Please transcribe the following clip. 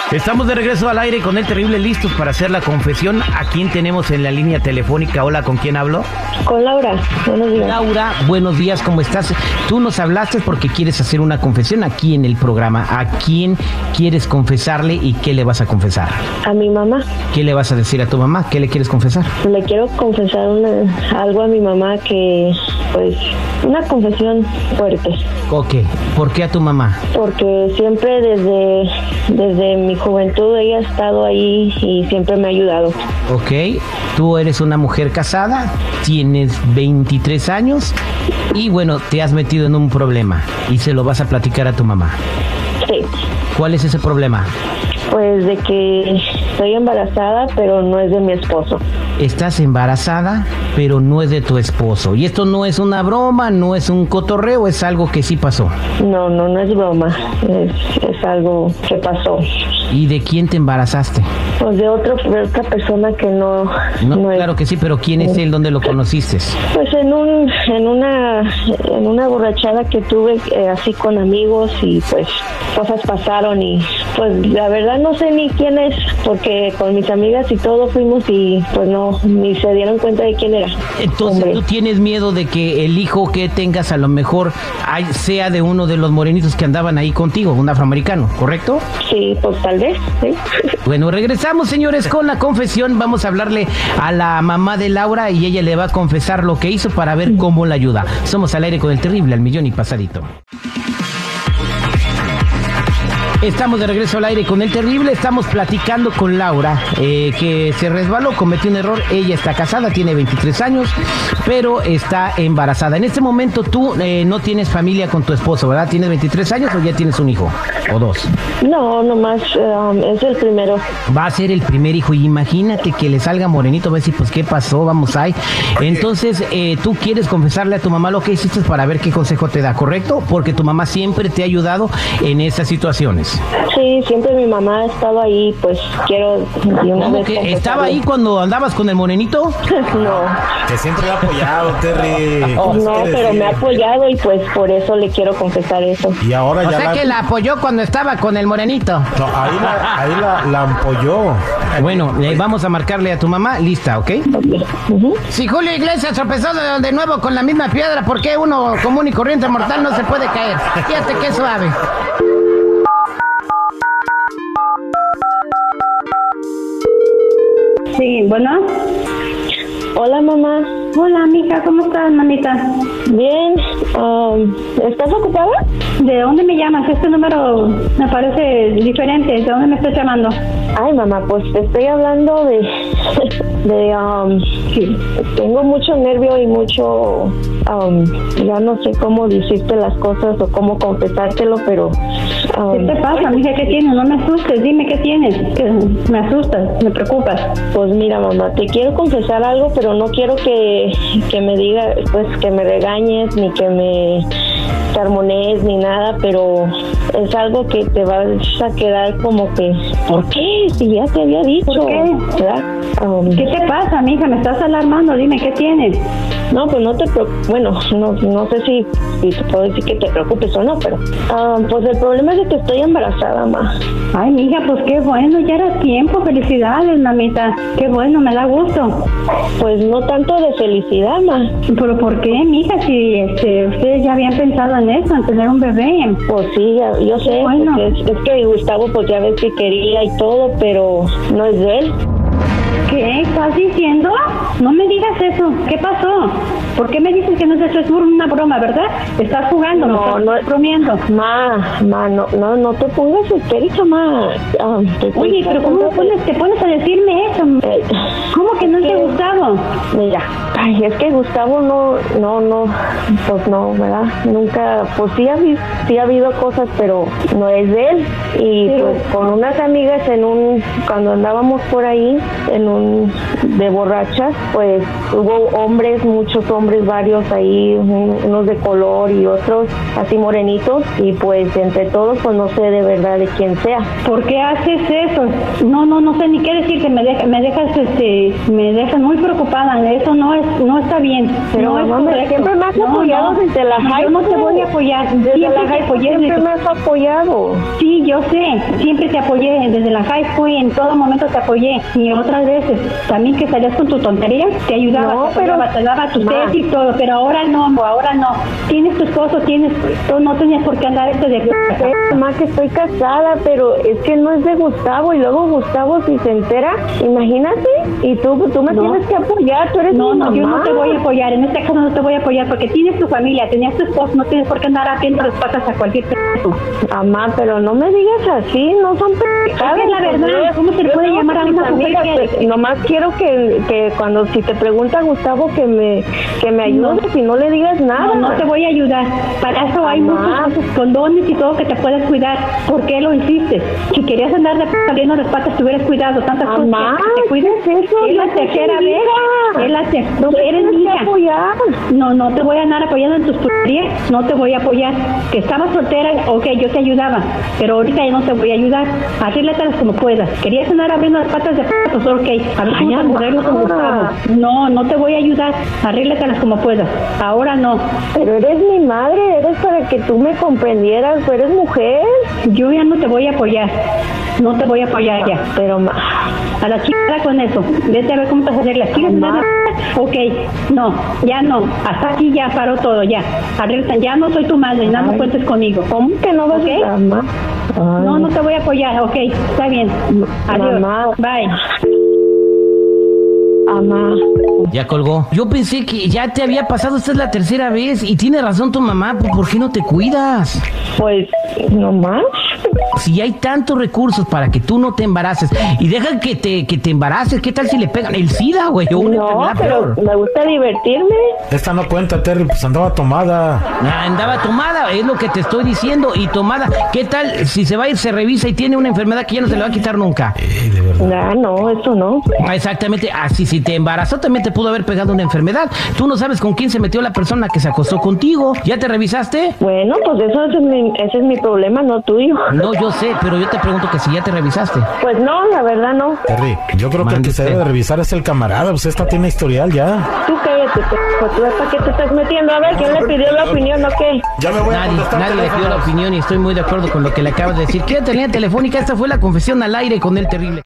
Estamos de regreso al aire con El Terrible, listos para hacer la confesión. ¿A quién tenemos en la línea telefónica? Hola, ¿con quién hablo? Con Laura, buenos días. Laura, buenos días, ¿cómo estás? Tú nos hablaste porque quieres hacer una confesión aquí en el programa. ¿A quién quieres confesarle y qué le vas a confesar? A mi mamá. ¿Qué le vas a decir a tu mamá? ¿Qué le quieres confesar? Le quiero confesar algo a mi mamá que, pues, una confesión fuerte. Ok, ¿por qué a tu mamá? Porque siempre desde mi juventud ella ha estado ahí y siempre me ha ayudado. Ok, tú eres una mujer casada, tienes 23 años y bueno, te has metido en un problema y se lo vas a platicar a tu mamá. Sí. ¿Cuál es ese problema? Pues de que estoy embarazada, pero no es de mi esposo. Estás embarazada, pero no es de tu esposo. Y esto no es una broma, no es un cotorreo, es algo que sí pasó. No es broma, es algo que pasó. ¿Y de quién te embarazaste? Pues de otra persona que no claro que sí, pero ¿quién es él? ¿Dónde lo conociste? Pues en una borrachada que tuve así con amigos y pues cosas pasaron y pues la verdad no sé ni quién es, porque con mis amigas y todo fuimos y pues no, ni se dieron cuenta de quién era. Entonces, hombre. ¿Tú tienes miedo de que el hijo que tengas a lo mejor sea de uno de los morenitos que andaban ahí contigo, un afroamericano, ¿correcto? Sí, pues tal vez, sí. Bueno, regresamos, señores, con la confesión. Vamos a hablarle a la mamá de Laura y ella le va a confesar lo que hizo para ver cómo la ayuda. Somos al aire con El Terrible, al millón y pasadito. Estamos de regreso al aire con El Terrible. Estamos platicando con Laura, que se resbaló, cometió un error. Ella está casada, tiene 23 años, pero está embarazada. En este momento tú no tienes familia con tu esposo, ¿verdad? ¿Tienes 23 años o ya tienes un hijo? ¿O dos? No, nomás es el primero. Va a ser el primer hijo. Y imagínate que le salga morenito, va a decir, pues, ¿qué pasó? Vamos ahí. Entonces, tú quieres confesarle a tu mamá lo que hiciste para ver qué consejo te da, ¿correcto? Porque tu mamá siempre te ha ayudado en esas situaciones. Sí, siempre mi mamá ha estado ahí, pues quiero... ¿Cómo que estaba ahí cuando andabas con el morenito? No. Que siempre me ha apoyado, Terry. No, pero me ha apoyado y pues por eso le quiero confesar eso. Y ahora ya. O sea que la apoyó cuando estaba con el morenito. No, ahí la apoyó. Bueno, vamos a marcarle a tu mamá, lista, ¿ok? Okay. Uh-huh. Si Julio Iglesias tropezó de nuevo con la misma piedra, ¿por qué uno común y corriente mortal no se puede caer? Fíjate qué suave. Sí, bueno. Hola, mamá. Hola, mija, ¿cómo estás, mamita? Bien. ¿Estás ocupada? ¿De dónde me llamas? Este número me parece diferente. ¿De dónde me estás llamando? Ay, mamá, pues te estoy hablando Sí. Tengo mucho nervio y mucho, ya no sé cómo decirte las cosas o cómo confesártelo, pero... ¿Qué te pasa, mija? ¿Qué tienes? No me asustes, dime qué tienes. Que me asustas, me preocupas. Pues mira, mamá, te quiero confesar algo, pero no quiero que me digas, pues que me regañes, ni que me sermonees, ni nada, pero es algo que te vas a quedar como que, ¿por qué? Si ya te había dicho. ¿Por qué? ¿Verdad? ¿Qué te pasa, mija? Me estás alarmando, dime qué tienes. No, pues no te preocupes, bueno, no sé si te puedo decir que te preocupes o no, pero pues el problema es que estoy embarazada, ma. Ay, mija, pues qué bueno, ya era tiempo, felicidades, mamita. Qué bueno, me da gusto. Pues no tanto de felicidad, ma. ¿Pero por qué, mija? Si ustedes ya habían pensado en eso, en tener un bebé. Pues sí, yo sé, bueno. es que Gustavo pues ya ves que quería y todo, pero no es de él. ¿Qué estás diciendo? No me digas eso. ¿Qué pasó? ¿Por qué me dices que no es eso? Es una broma, ¿verdad? Estás jugando, no es bromeando. Ma, no te pongas histérica, ma. Oye, pero ¿cómo te pones a decirme eso? ¿Cómo que no te ha gustado? Mira, ay, es que Gustavo pues no, ¿verdad? Nunca, pues sí ha habido cosas, pero no es de él. Y pero, pues con unas amigas cuando andábamos por ahí, en reunión de borrachas, pues hubo hombres, muchos hombres, varios ahí, unos de color y otros así morenitos, y pues entre todos pues no sé de verdad de quién sea. ¿Por qué haces eso? No sé ni qué decirte, me dejas muy preocupada, eso no está bien. Pero no es mamá, correcto. siempre me has apoyado desde la high Yo no te school. voy a apoyar. Desde Siempre la te high school apoyé siempre desde- me has apoyado. Sí, yo sé, siempre te apoyé, desde la high school en todo momento te apoyé, y otras veces, también que salías con tu tontería, te ayudaba, No, te apoyaba, te daba tus Ma. tesis y todo, pero ahora no, tienes tu esposo, tú no tenías por qué andar de... Mamá, que estoy casada, pero es que no es de Gustavo, y luego Gustavo si se entera, imagínate, y tú me No. tienes que apoyar, tú eres mi mamá. Yo no te voy a apoyar, en este caso no te voy a apoyar, porque tienes tu familia, tenías tu esposo, no tienes por qué andar haciendo las patas a cualquier persona. Mamá, pero no me digas así, no son pendejadas. Es la verdad, ¿cómo se le Yo puede tengo llamar a mis una mujer amigas, que- pues, nomás quiero que cuando si te pregunta Gustavo que me ayudes y no le digas nada. No te voy a ayudar. Para eso hay Mamá. muchos condones y todo que te puedes cuidar. ¿Por qué lo hiciste? Si querías andar saliendo las patas, te hubieras cuidado tantas Mamá, cosas que te cuides. ¿qué es eso? Es la Yo soy tercera tu vez. hija. Es la No me eres tienes mi que hija. apoyar. No te voy a andar apoyando en tus puterías. No te voy a apoyar. Que estabas soltera, ok, yo te ayudaba. Pero ahorita ya no te voy a ayudar. Arréglatelas como puedas. Querías andar abriendo las patas de pues ok. A ver cómo te arreglo con Gustavo. No te voy a ayudar. Arréglatelas como puedas. Ahora no. Pero eres mi madre, eres para que tú me comprendieras, tú eres mujer. Yo ya no te voy a apoyar. No te voy a apoyar ya. Pero A la chica con eso. Vete a ver cómo te arreglas. ¿Quieres andar de p-? Ok. No, ya no. Hasta aquí ya paró todo, ya. Arregla. Ya no soy tu madre, nada más cuentes conmigo. ¿cómo que no vas ¿Ok? a mamá? Ay, No te voy a apoyar. Ok, está bien. Adiós. Mamá. Bye. mamá. Ya colgó. Yo pensé que ya te había pasado, esta es la tercera vez. Y tiene razón tu mamá, pues, ¿por qué no te cuidas? Pues, no más. Si hay tantos recursos para que tú no te embaraces y dejan que te embaraces, ¿qué tal si le pegan el SIDA, güey? O una No, enfermedad pero peor. me gusta divertirme. Esta no cuenta, Terry, pues andaba tomada. Andaba tomada, es lo que te estoy diciendo, y tomada. ¿Qué tal si se va a ir, se revisa y tiene una enfermedad que ya no se le va a quitar nunca? De verdad. Ah, no, eso no. Exactamente, así si te embarazó también te pudo haber pegado una enfermedad. Tú no sabes con quién se metió la persona que se acostó contigo. ¿Ya te revisaste? Bueno, pues ese es mi problema, no tuyo. No, yo sé, pero yo te pregunto que si ya te revisaste. Pues no, la verdad no. Terry, yo creo que el que se Mande debe de usted. revisar es el camarada, pues esta tiene historial ya. Tú cállate, pues tú para qué te estás metiendo. A ver, ¿quién le pidió la opinión o qué? Ya me voy a contestar Nadie le pidió la teléfonos. opinión y estoy muy de acuerdo con lo que le acabas de decir. Quédate en línea telefónica, esta fue la confesión al aire con el terrible.